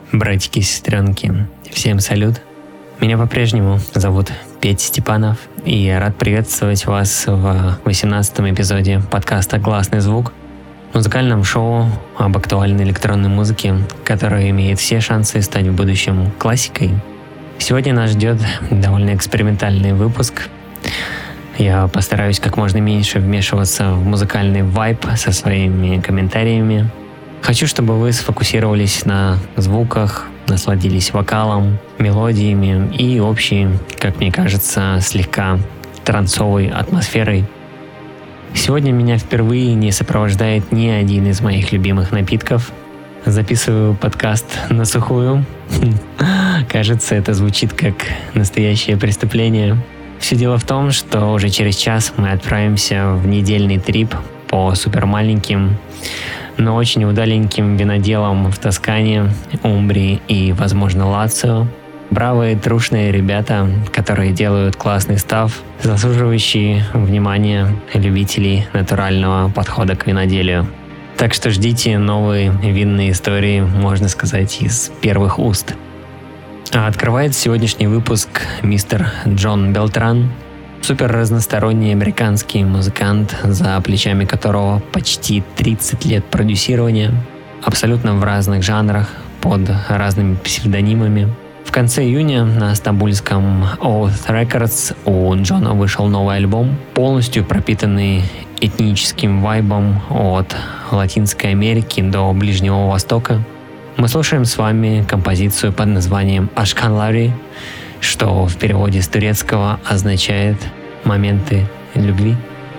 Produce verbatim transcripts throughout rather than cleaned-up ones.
Братики и сестренки, всем салют. Меня по-прежнему зовут Петя Степанов, и я рад приветствовать вас в восемнадцатом эпизоде подкаста «Классный звук», музыкальном шоу об актуальной электронной музыке, которая имеет все шансы стать в будущем классикой. Сегодня нас ждет довольно экспериментальный выпуск. Я постараюсь как можно меньше вмешиваться в музыкальный вайб со своими комментариями. Хочу, чтобы вы сфокусировались на звуках, насладились вокалом, мелодиями и общей, как мне кажется, слегка трансовой атмосферой. Сегодня меня впервые не сопровождает ни один из моих любимых напитков. Записываю подкаст на сухую. Кажется, это звучит как настоящее преступление. Все дело в том, что уже через час мы отправимся в недельный трип по супермаленьким, но очень удаленьким виноделам в Тоскане, Умбрии и, возможно, Лацио. Бравые, трушные ребята, которые делают классный став, заслуживающий внимания любителей натурального подхода к виноделию. Так что ждите новые винные истории, можно сказать, из первых уст. А открывает сегодняшний выпуск мистер Джон Белтран, супер разносторонний американский музыкант, за плечами которого почти тридцать лет продюсирования, абсолютно в разных жанрах, под разными псевдонимами. В конце июня на стамбульском Oath Records у Джона вышел новый альбом, полностью пропитанный этническим вайбом от Латинской Америки до Ближнего Востока. Мы слушаем с вами композицию под названием «Ашканлари», что в переводе с турецкого означает «моменты любви».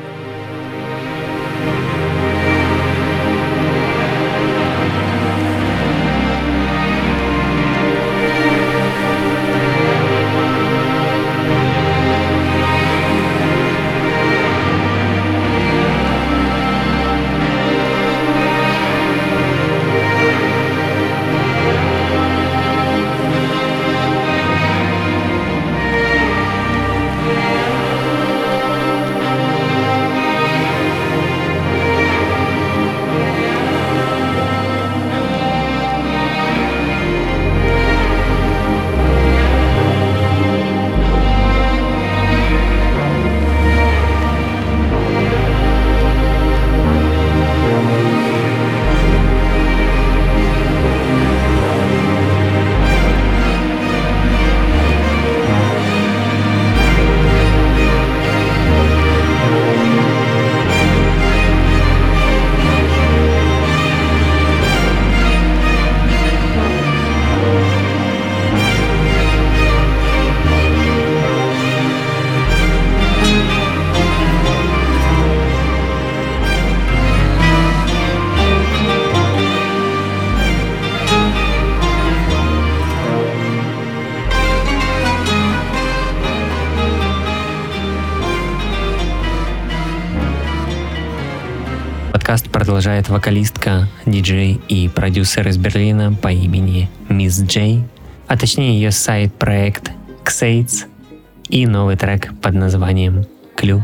Подкаст продолжает вокалистка, диджей и продюсер из Берлина по имени Мисс Джей, а точнее ее сайт-проект Xates и новый трек под названием «Клю».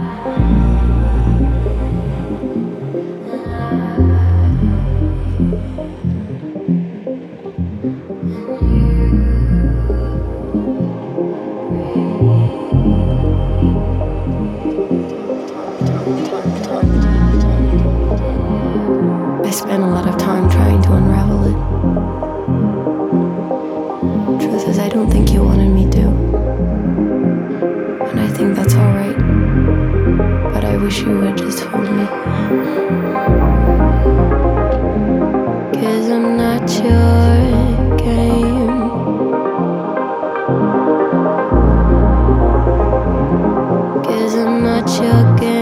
Spent a lot of time trying to unravel it. Truth is, I don't think you wanted me to. And I think that's alright. But I wish you would just hold me. 'Cause I'm not your game. Cause I'm not your game.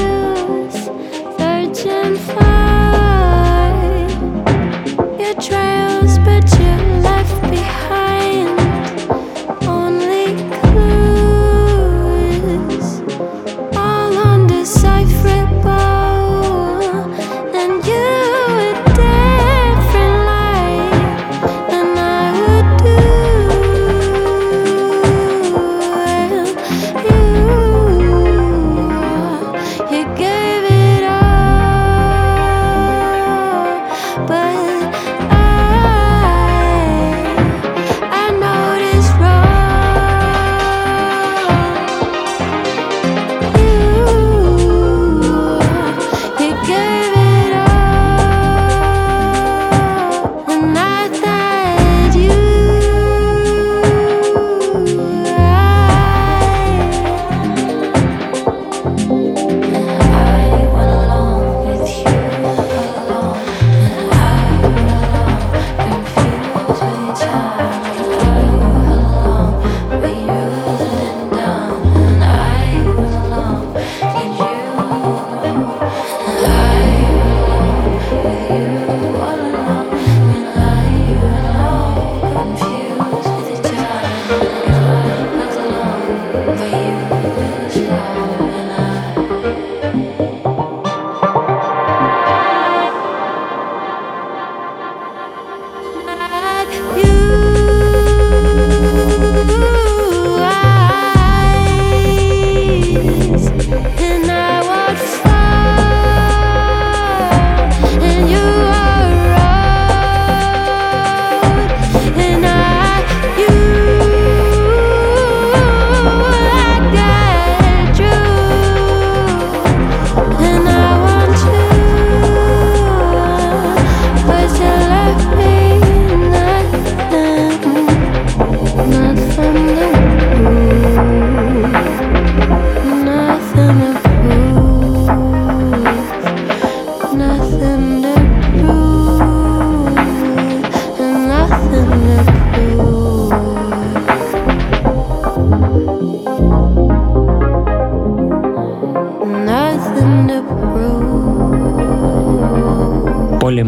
Try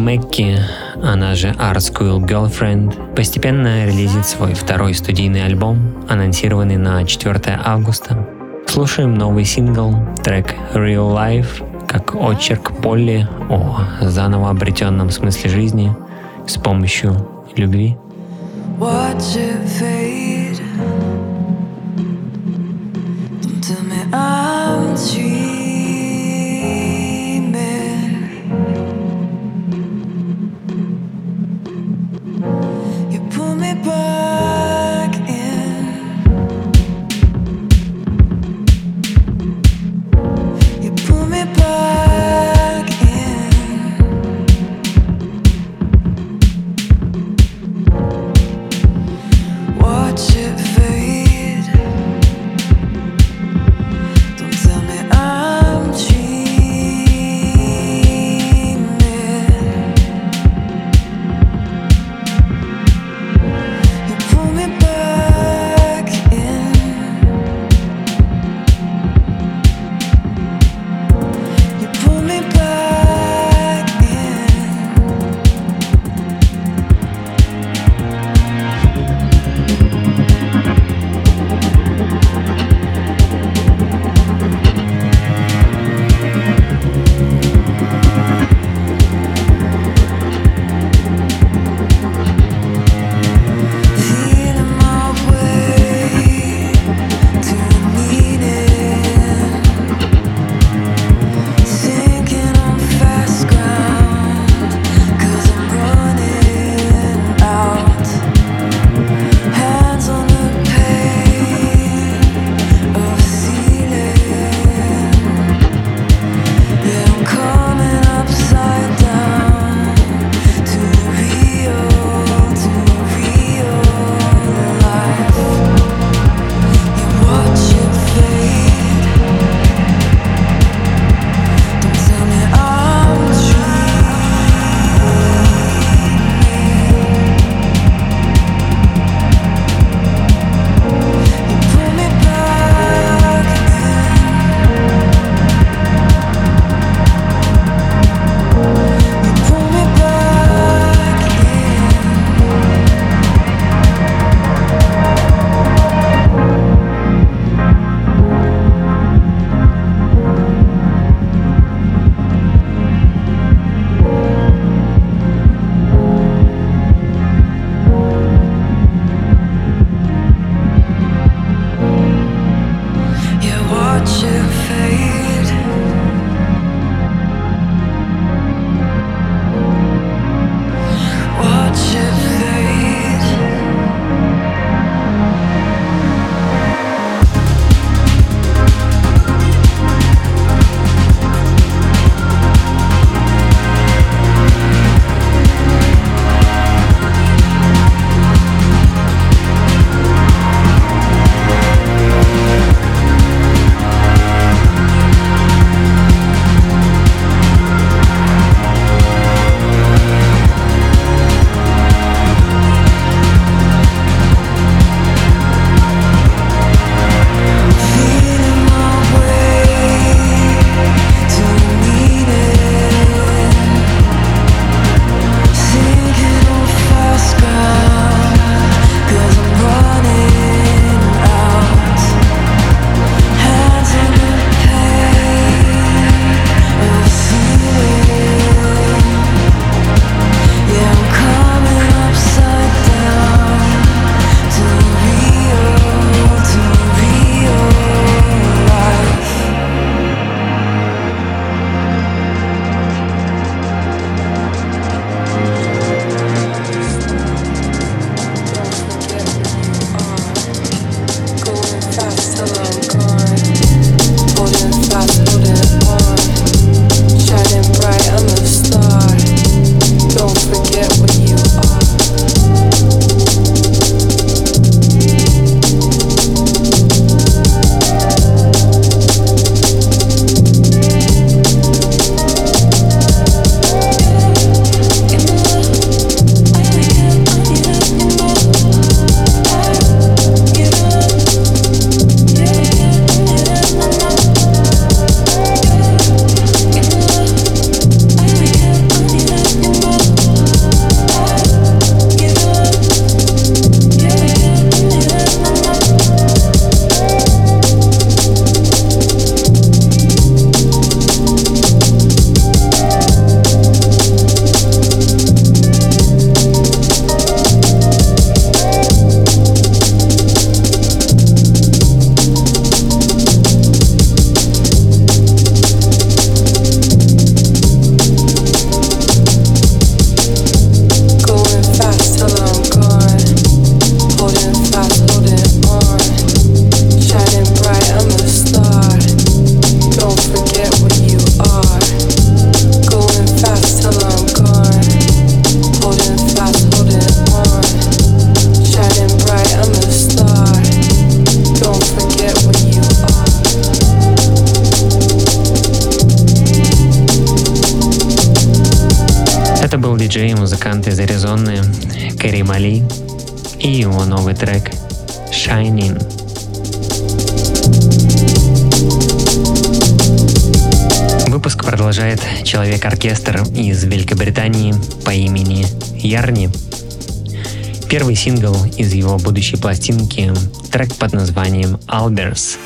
Мэкки, она же Art School Girlfriend, постепенно релизит свой второй студийный альбом, анонсированный на четвёртое августа. Слушаем новый сингл, трек Real Life, как очерк Полли о заново обретенном смысле жизни с помощью любви. Watch it fade into me, I'm dreaming. You pull me back in. You pull me back in. What диджей и музыкант из Аризоны Карим Али и его новый трек «Shining». Выпуск продолжает человек-оркестр из Великобритании по имени Ярни. Первый сингл из его будущей пластинки — трек под названием «Albers».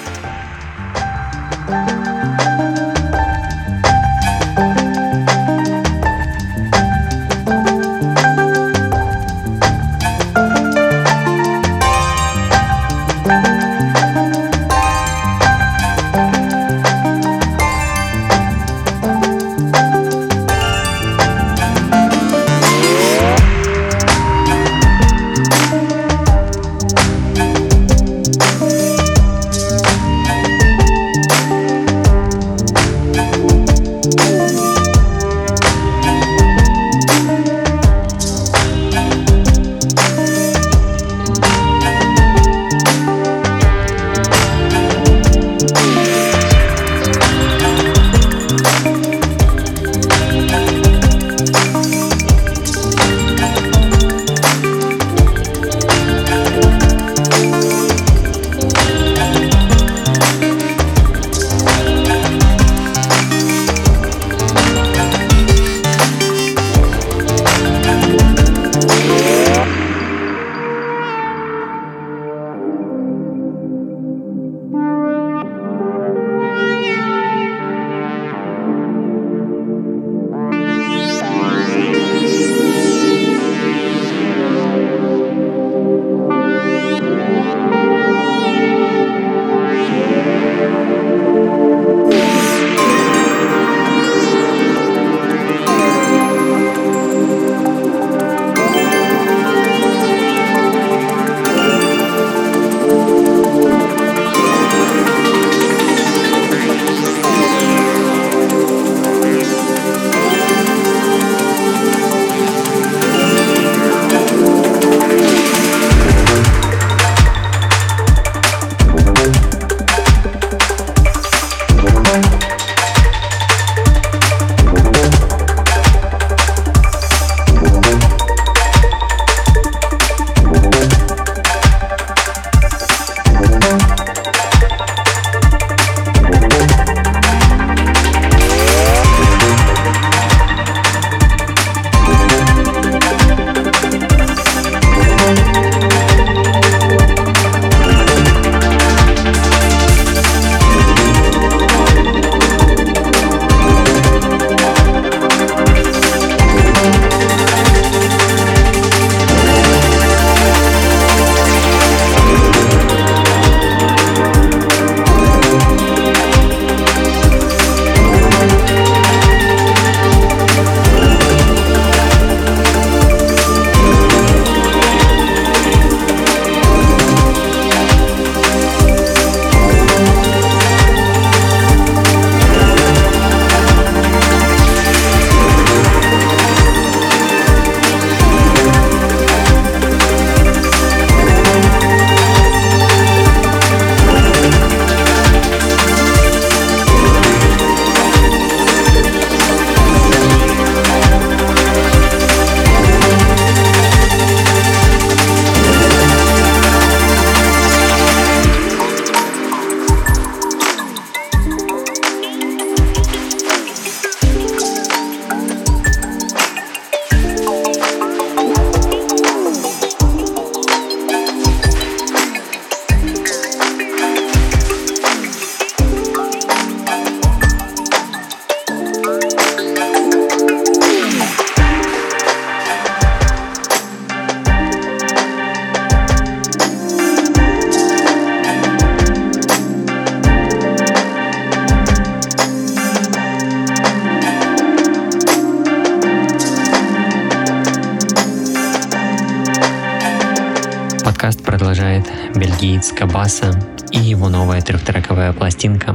Подкаст продолжает бельгиец Кабаса и его новая трехтрековая пластинка.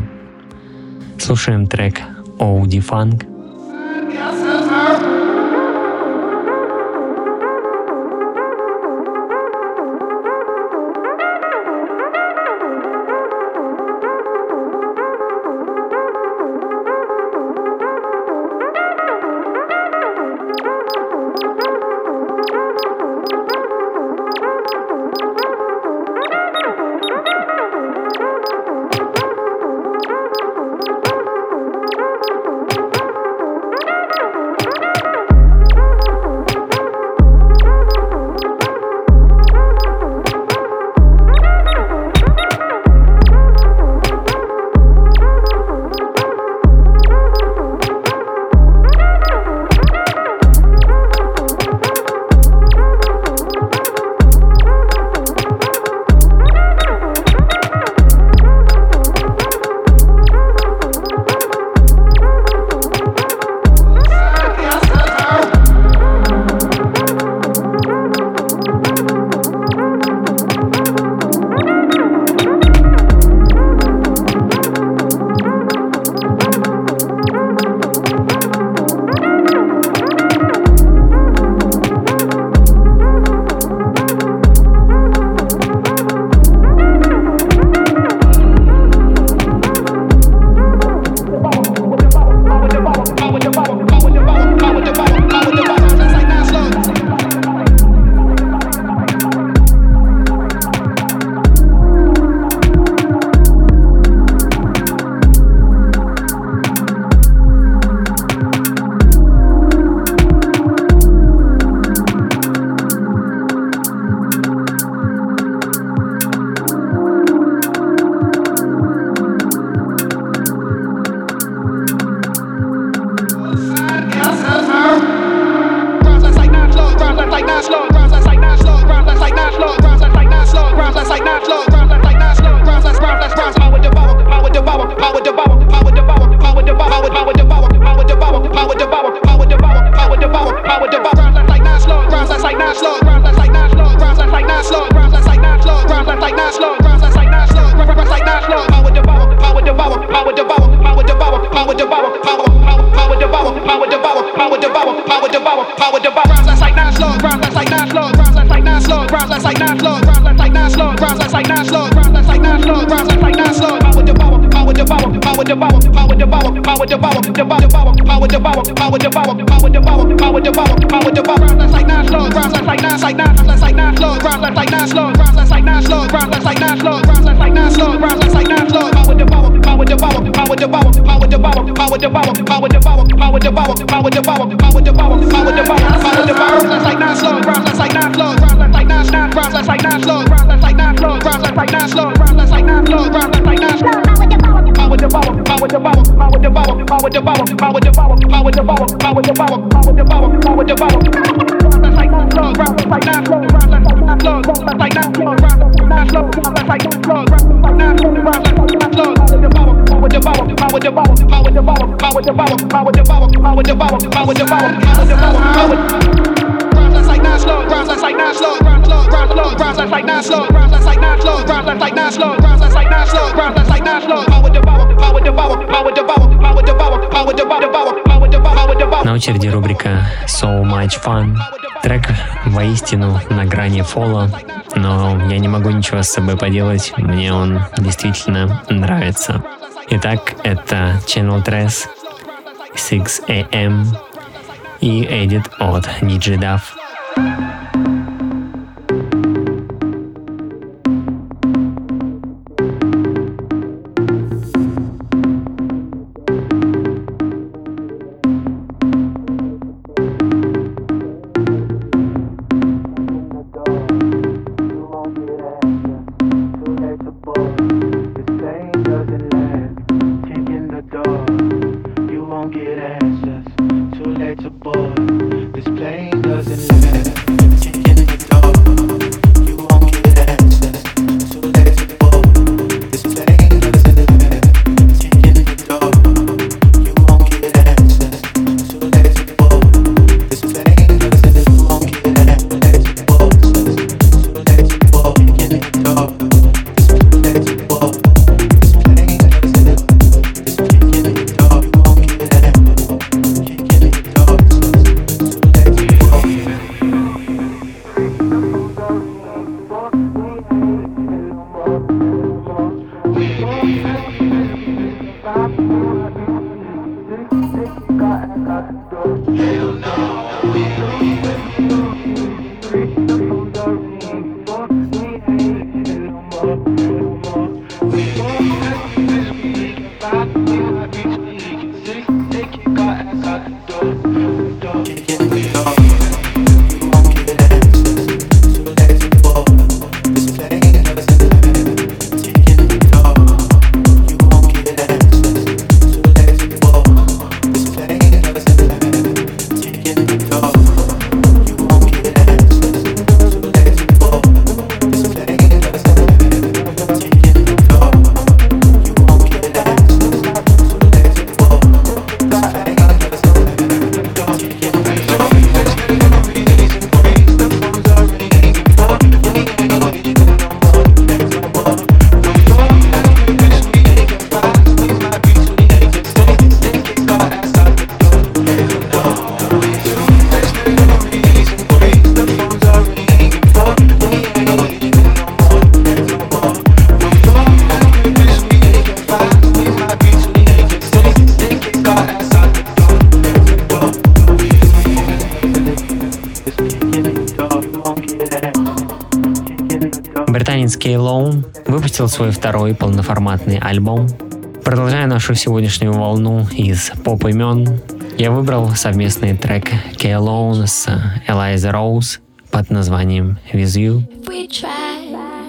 Слушаем трек «Оуди Фанк». like nine slugs, rhymes that's like nine slugs, rhymes that's like nine slugs. Power devour, power devour, power devour, power devour, power devour, devour, devour, power devour, power devour, power devour, power devour, power devour. Rhymes that's like nine slugs, rhymes that's like nine, like nine, that's like nine slugs, rhymes that's like nine slugs, rhymes that's like nine slugs, rhymes that's like nine slugs, rhymes that's like nine slugs, rhymes that's like nine slugs. Power devour, power devour, power devour, power devour, power devour, power devour, power devour, power devour, power devour, power devour, power devour. That's like nine slugs, rhymes that's like nine slugs, rhymes that's like nine, nine, rhymes that's like nine slugs, rhymes that's like nine slugs, rhymes that's like nine slugs, rhymes that's like nine slugs, rhymes that's like nine slugs. Power devour, power devour, power devour, power devour, power devour, power devour, power devour, power devour, power devour. That's like nine slugs, rhymes that's like nine slugs, rhymes that's like nine slugs, that's like nine slugs, rhymes that's like nine slugs, that's like nine slugs, rhymes that's like nine slugs, rhymes that's like nine slugs. Power devour, power devour, power devour, power devour, power devour, power devour, power devour, power devour, power devour, power. Rhymes that's like nine slugs, rhymes that's like nine slugs, rhymes slugs, rhymes slugs, rhymes that's like nine slugs, rhymes that's like nine slugs, rhymes that's like nine slugs, rhymes that's like nine slugs, rhymes that's like nine slugs. Power devour, power devour, power devour, power devour, power devour, devour, power devour, power devour. На очереди рубрика So Much Fun. Трек воистину на грани фола, но я не могу ничего с собой поделать, мне он действительно нравится. Итак, это Channel Tres, six a m и Edit от Niji Duff. Британец K-Lone выпустил свой второй полноформатный альбом. Продолжая нашу сегодняшнюю волну из поп-имен, я выбрал совместный трек K-Lone с Eliza Rose под названием With You. We try,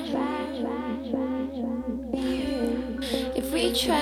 if we try,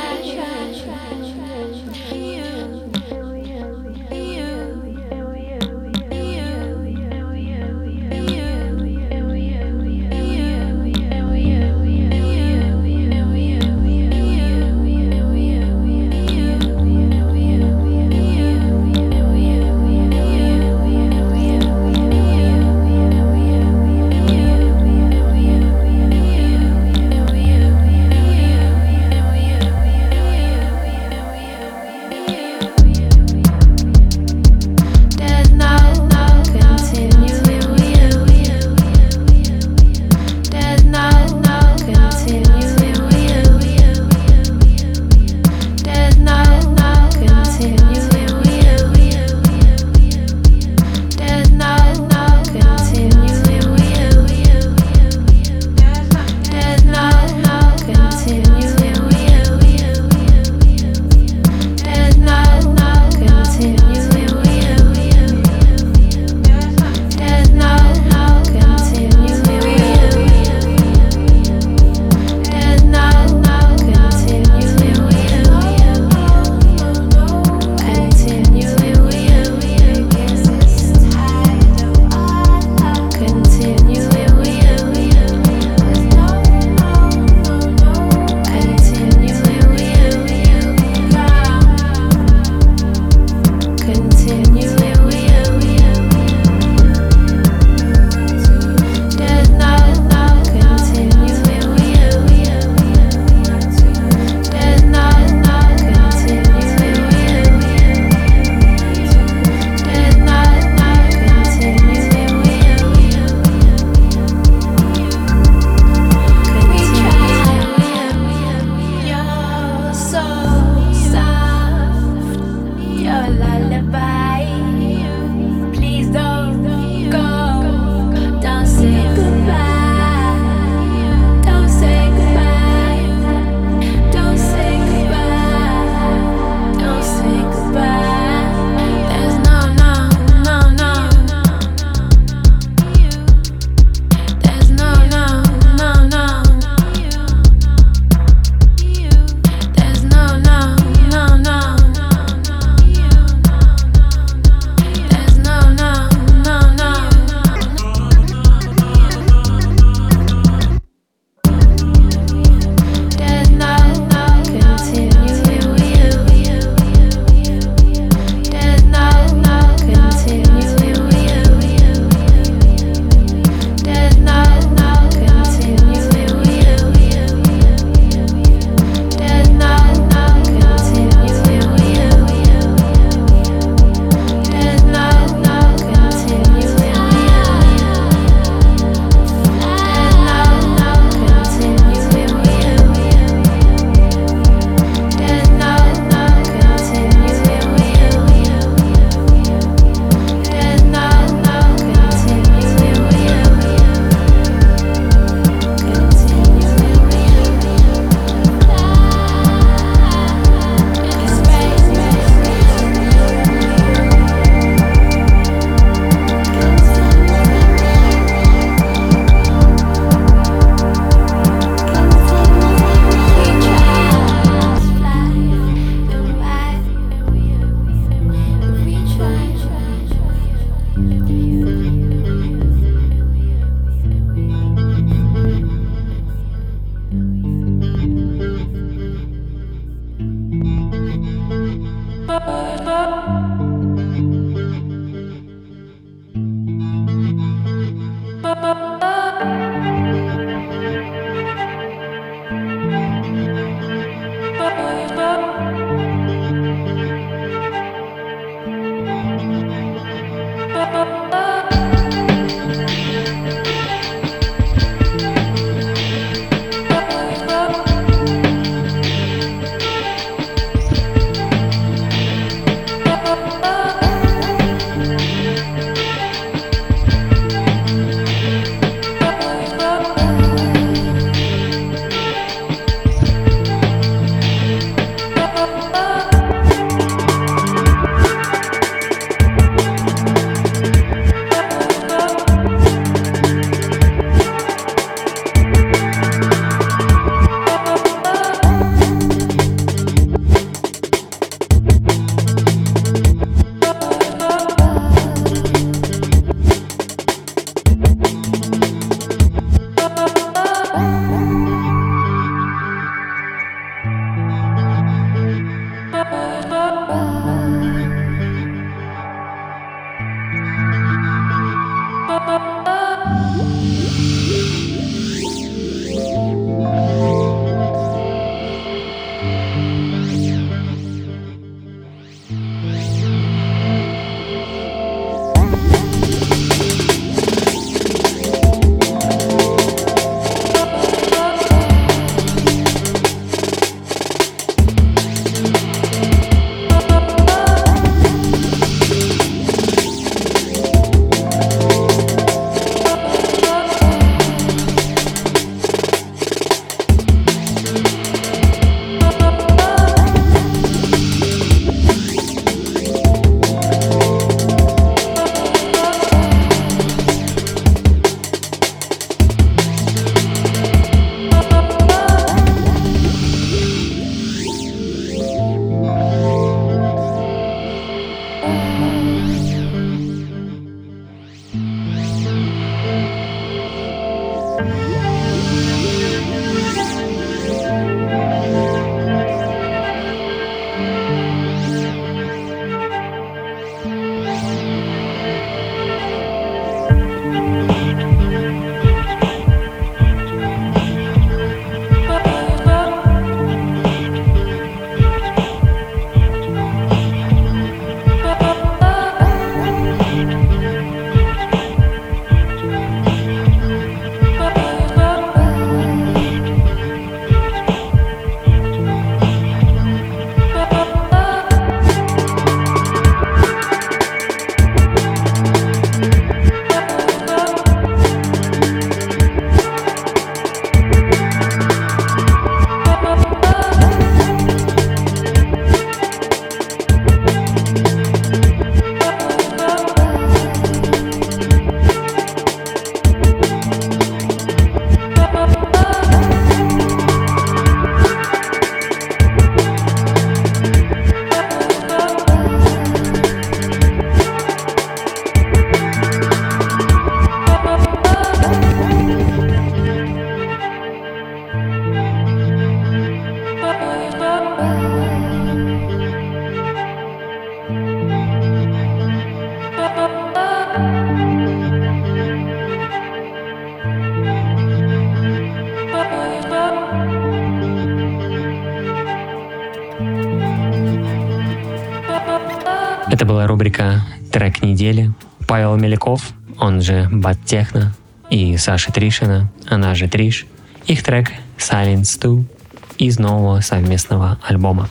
Это была рубрика «Трек недели». Павел Меляков, он же Баттехно, и Саша Тришина, она же Триш. Их трек «Silence two» из нового совместного альбома.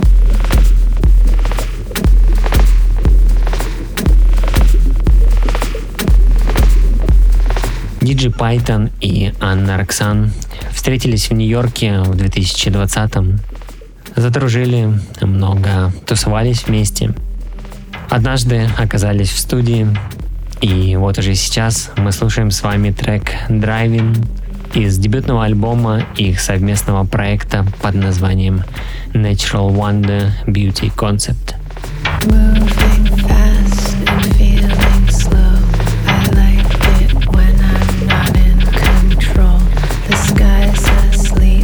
Диджей Python и Анна Роксан встретились в Нью-Йорке в две тысячи двадцатом. Задружили, много тусовались вместе. Однажды оказались в студии, и вот уже сейчас мы слушаем с вами трек «Driving» из дебютного альбома их совместного проекта под названием Natural Wonder Beauty Concept. Moving fast and feeling slow. I like it when I'm not in control. The sky's asleep.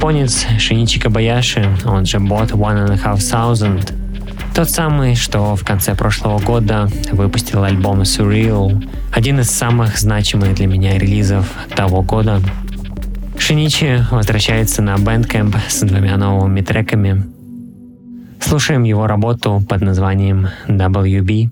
японец Шиничи Кобаяши, он же бот One and a Half Thousand, тот самый, что в конце прошлого года выпустил альбом Surreal, один из самых значимых для меня релизов того года. Шиничи возвращается на Bandcamp с двумя новыми треками. Слушаем его работу под названием дабл ю би.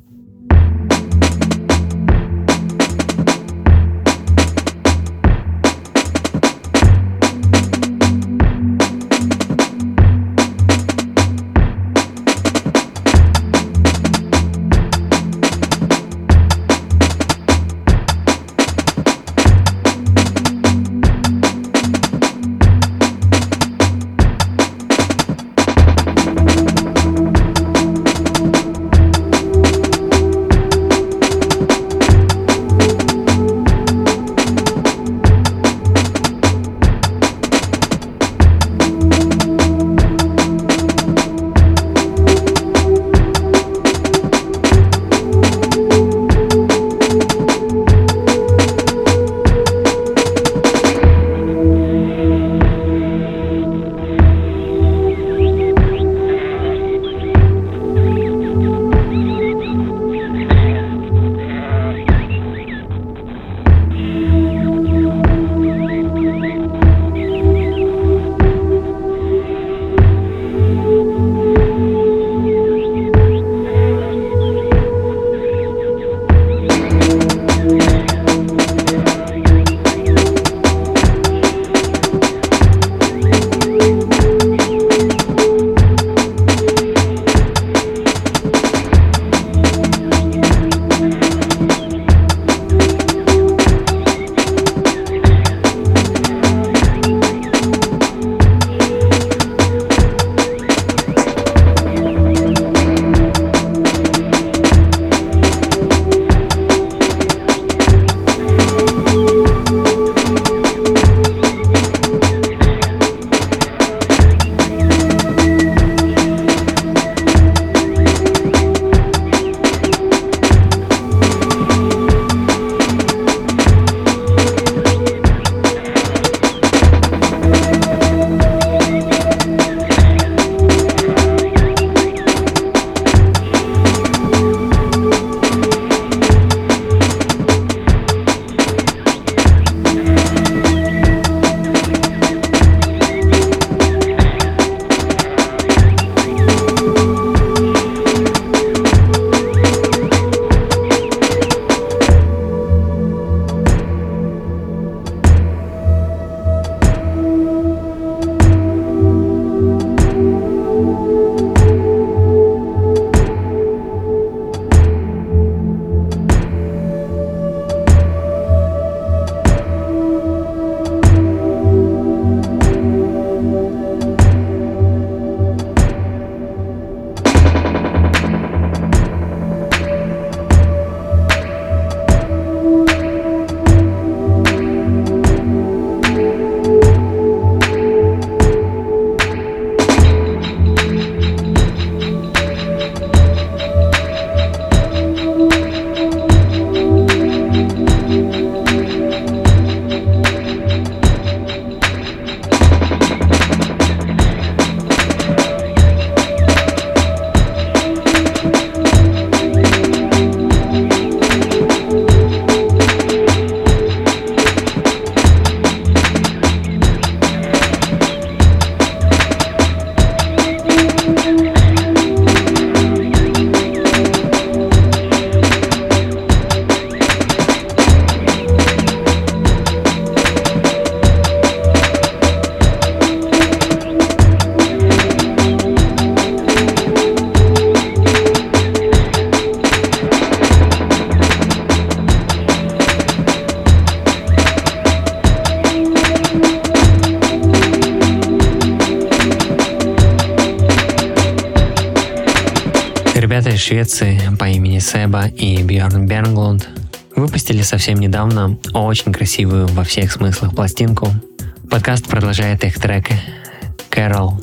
Ребята из Швеции по имени Себа и Бьорн Бернглунд выпустили совсем недавно очень красивую во всех смыслах пластинку. Подкаст продолжает их трек «Carol».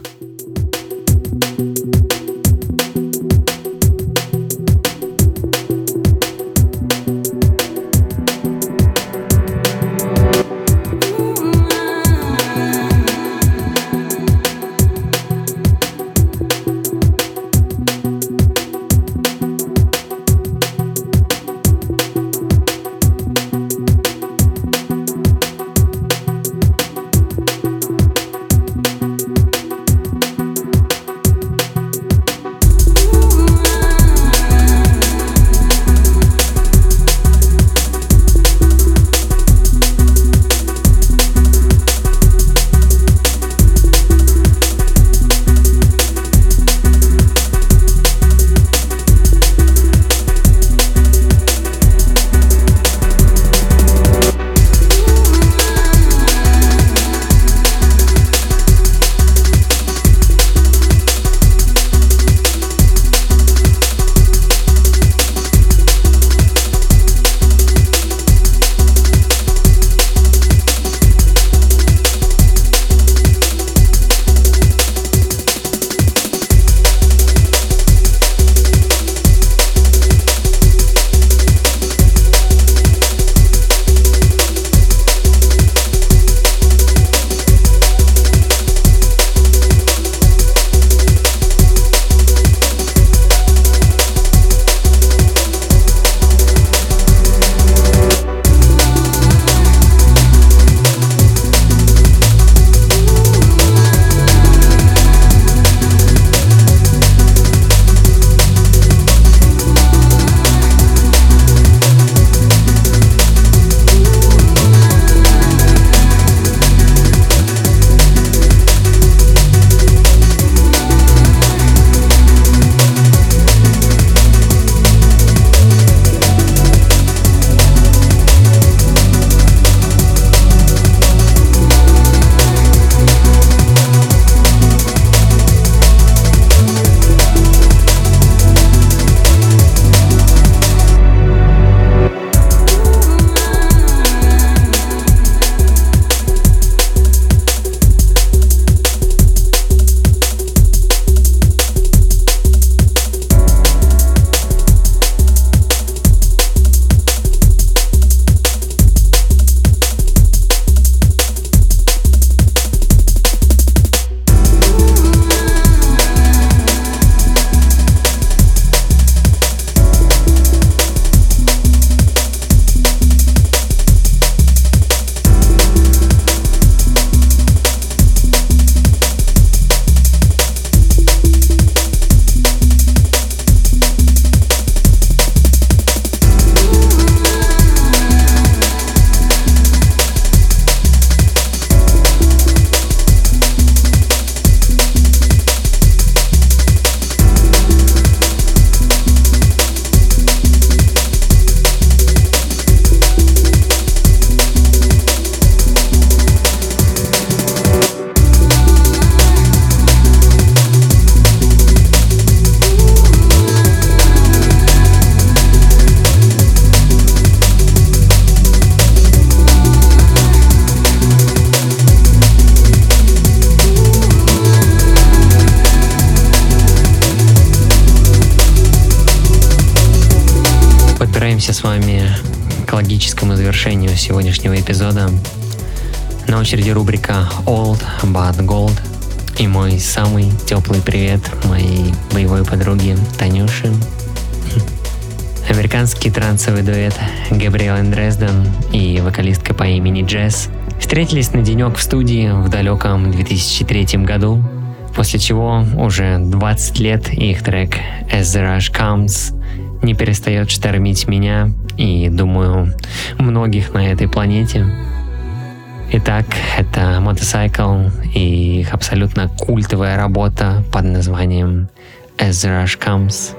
Направимся с вами к логическому завершению сегодняшнего эпизода. На очереди рубрика Old But Gold и мой самый теплый привет моей боевой подруге Танюше. Американский трансовый дуэт Gabriel and Dresden и вокалистка по имени Джесс встретились на денек в студии в далеком две тысячи третьем году, после чего уже двадцать лет их трек As the Rush Comes не перестает штормить меня и, думаю, многих на этой планете. Итак, это Motorcycle и их абсолютно культовая работа под названием As the Rush Comes.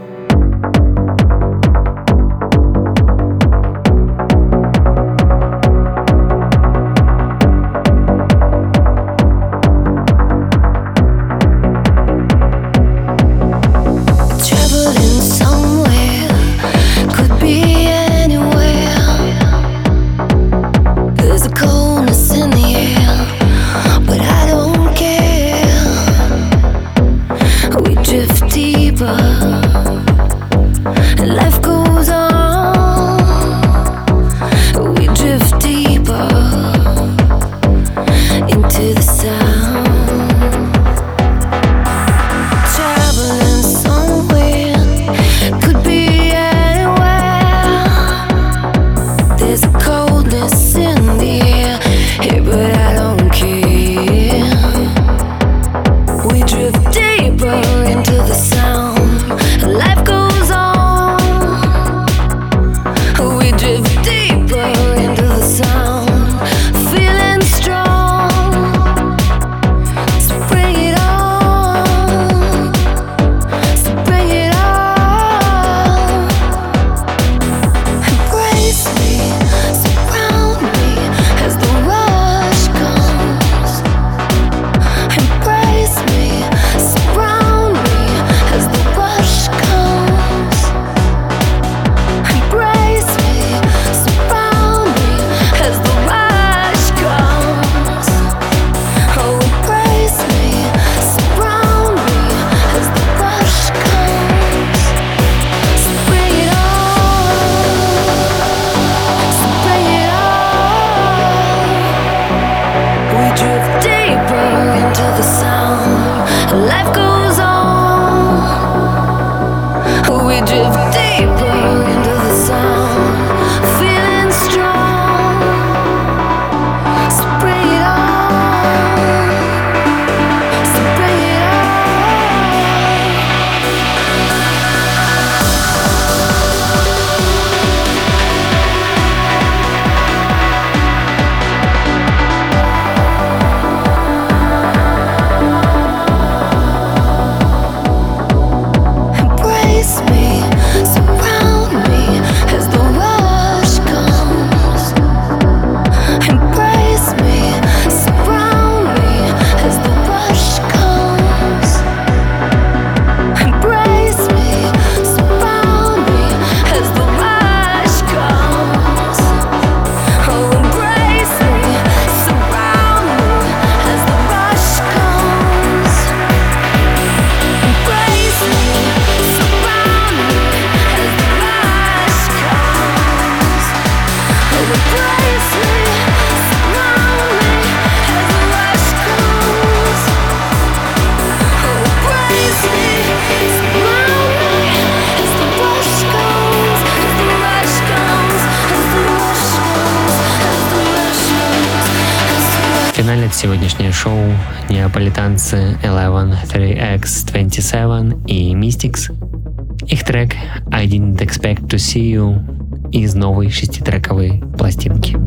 Сегодняшнее шоу неаполитанцы eleven три икс двадцать семь и Mystics. Их трек I Didn't Expect to See You из новой шеститрековой пластинки.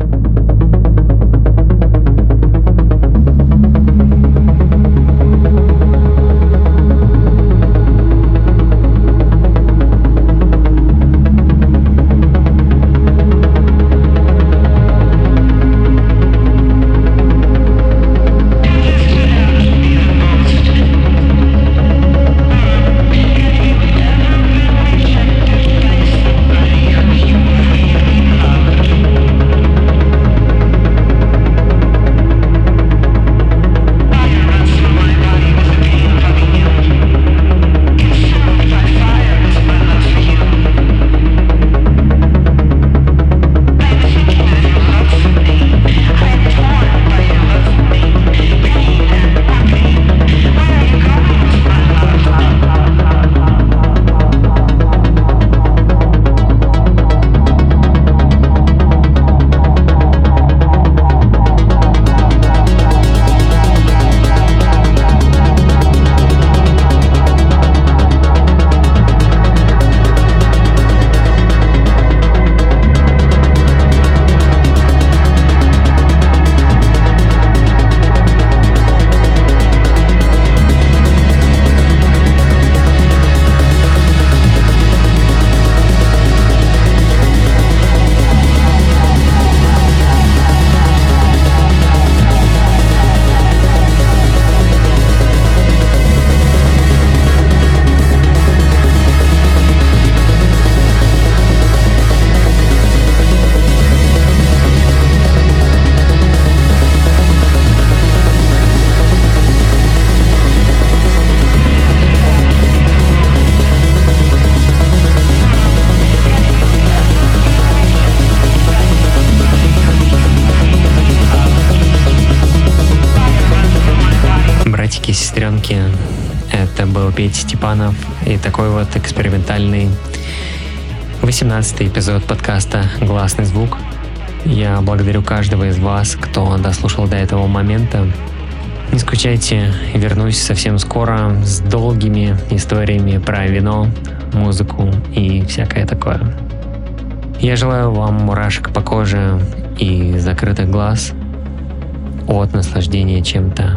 братики и сестренки. Это был Петя Степанов и такой вот экспериментальный восемнадцатый эпизод подкаста «Гласный звук». Я благодарю каждого из вас, кто дослушал до этого момента. Не скучайте, вернусь совсем скоро с долгими историями про вино, музыку и всякое такое. Я желаю вам мурашек по коже и закрытых глаз от наслаждения чем-то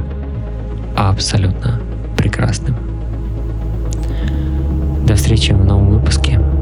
абсолютно прекрасным. До встречи в новом выпуске.